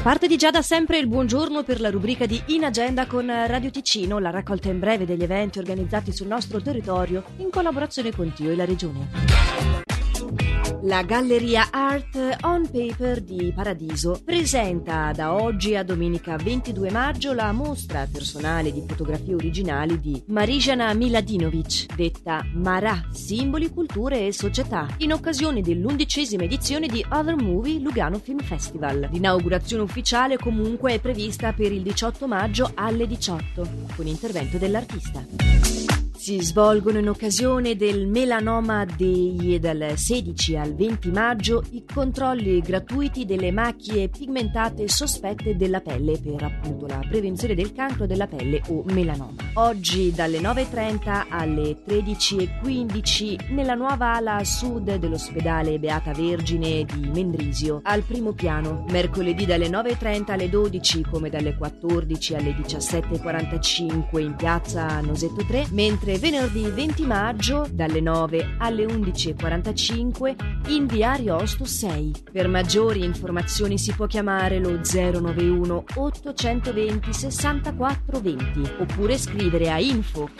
parte di già da sempre il buongiorno per la rubrica di In Agenda con Radio Ticino, la raccolta in breve degli eventi organizzati sul nostro territorio in collaborazione con Tio e la Regione. La Galleria Art on Paper di Paradiso presenta da oggi a domenica 22 maggio la mostra personale di fotografie originali di Marijana Miladinovic, detta Marà, Simboli, Culture e Società, in occasione dell'11ª edizione di Other Movie Lugano Film Festival. L'inaugurazione ufficiale comunque è prevista per il 18 maggio alle 18, con intervento dell'artista. Si svolgono in occasione del Melanoma Day e dal 16 al 20 maggio i controlli gratuiti delle macchie pigmentate sospette della pelle per appunto la prevenzione del cancro della pelle o melanoma. Oggi dalle 9.30 alle 13.15 nella nuova ala sud dell'ospedale Beata Vergine di Mendrisio al primo piano. Mercoledì dalle 9.30 alle 12 come dalle 14 alle 17.45 in piazza Nosetto 3, mentre venerdì 20 maggio dalle 9 alle 11.45 in via Ariosto 6. Per maggiori informazioni si può chiamare lo 091 820 64 20 oppure scrivere a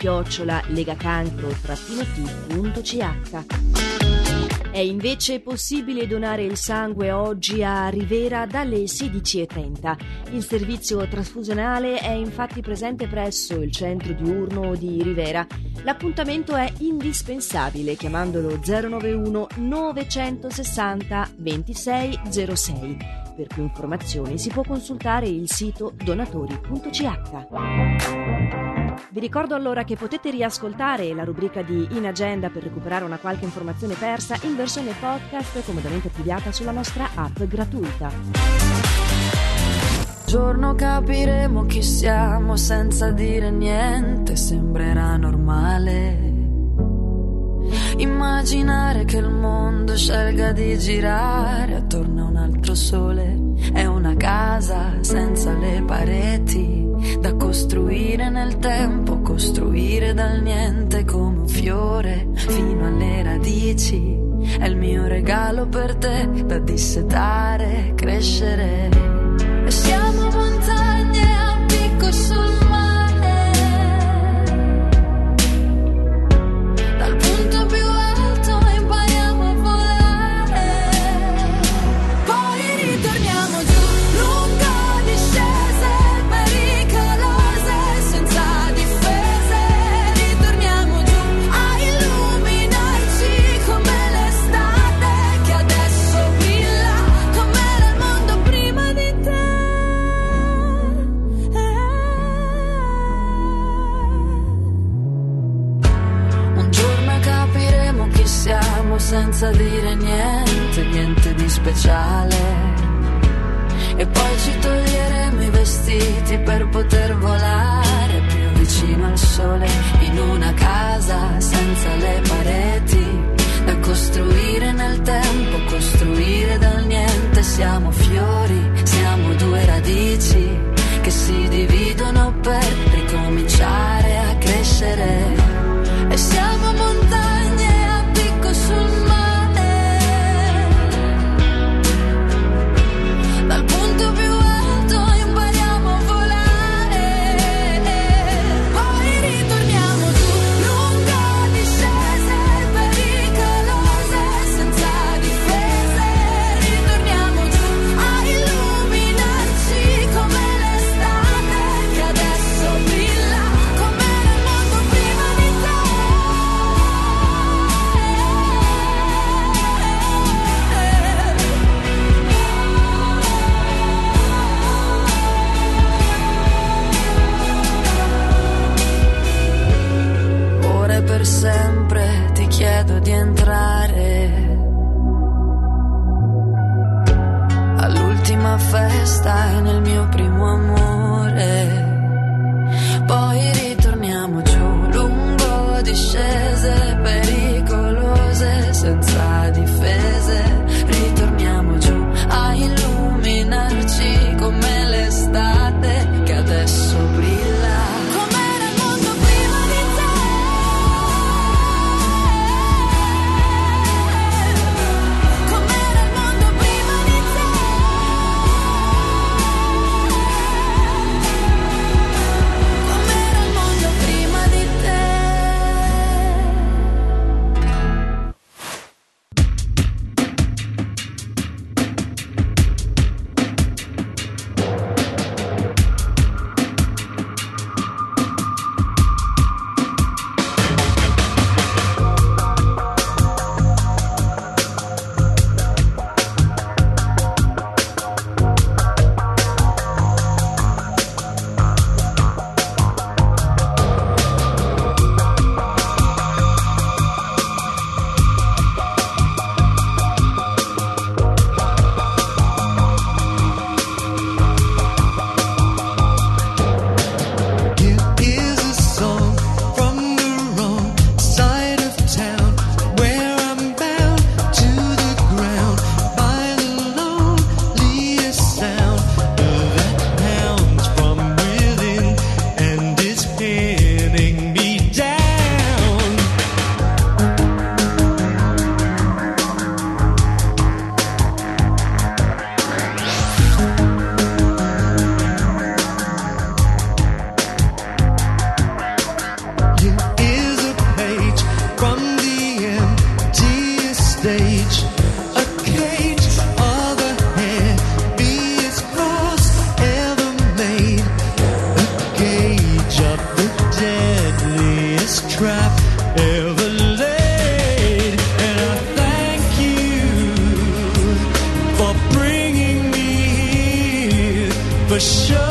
info@legacancro-t.ch. È invece possibile donare il sangue oggi a Rivera dalle 16.30. Il servizio trasfusionale è infatti presente presso il centro diurno di Rivera. L'appuntamento è indispensabile chiamandolo 091 960 2606. Per più informazioni si può consultare il sito donatori.ch. Vi ricordo allora che potete riascoltare la rubrica di In Agenda per recuperare una qualche informazione persa in versione podcast comodamente archiviata sulla nostra app gratuita. Giorno capiremo chi siamo senza dire niente, sembrerà normale. Immaginare che il mondo scelga di girare attorno a un altro sole. È una casa senza le pareti da costruire nel tempo, costruire dal niente come un fiore fino alle radici. È il mio regalo per te da dissetare, crescere. E siamo montagne a picco sul mare, dal punto più alto impariamo a volare, poi ritorniamo giù, lungo discese pericolose, senza difese, ritorniamo giù a illuminarci come l'estate che adesso brilla, com'era il mondo prima di te. Un giorno capiremo chi siamo senza dire niente, niente di speciale. E poi ci toglieremo i vestiti per poter volare più vicino al sole, in una casa senza le pareti da costruire nel tempo, costruire dal niente. Siamo fiori, siamo due radici che si dividono per ricominciare a crescere. E siamo montagne a picco sul mare, dal punto più alto impariamo a volare, poi ritorniamo giù, lungo discese pericolose, senza difese, ritorniamo giù a illuminarci come l'estate che adesso brilla, com'era il mondo prima di te. Ora e per sempre ti chiedo di entrare all'ultima festa e nel mio primo amore. Poi ritorniamo giù, lungo discese pericolose, senza difese, ritorniamo giù a illuminarci come l'estate che adesso brilla. Com'era il mondo prima di te. Com'era il mondo prima di te. sure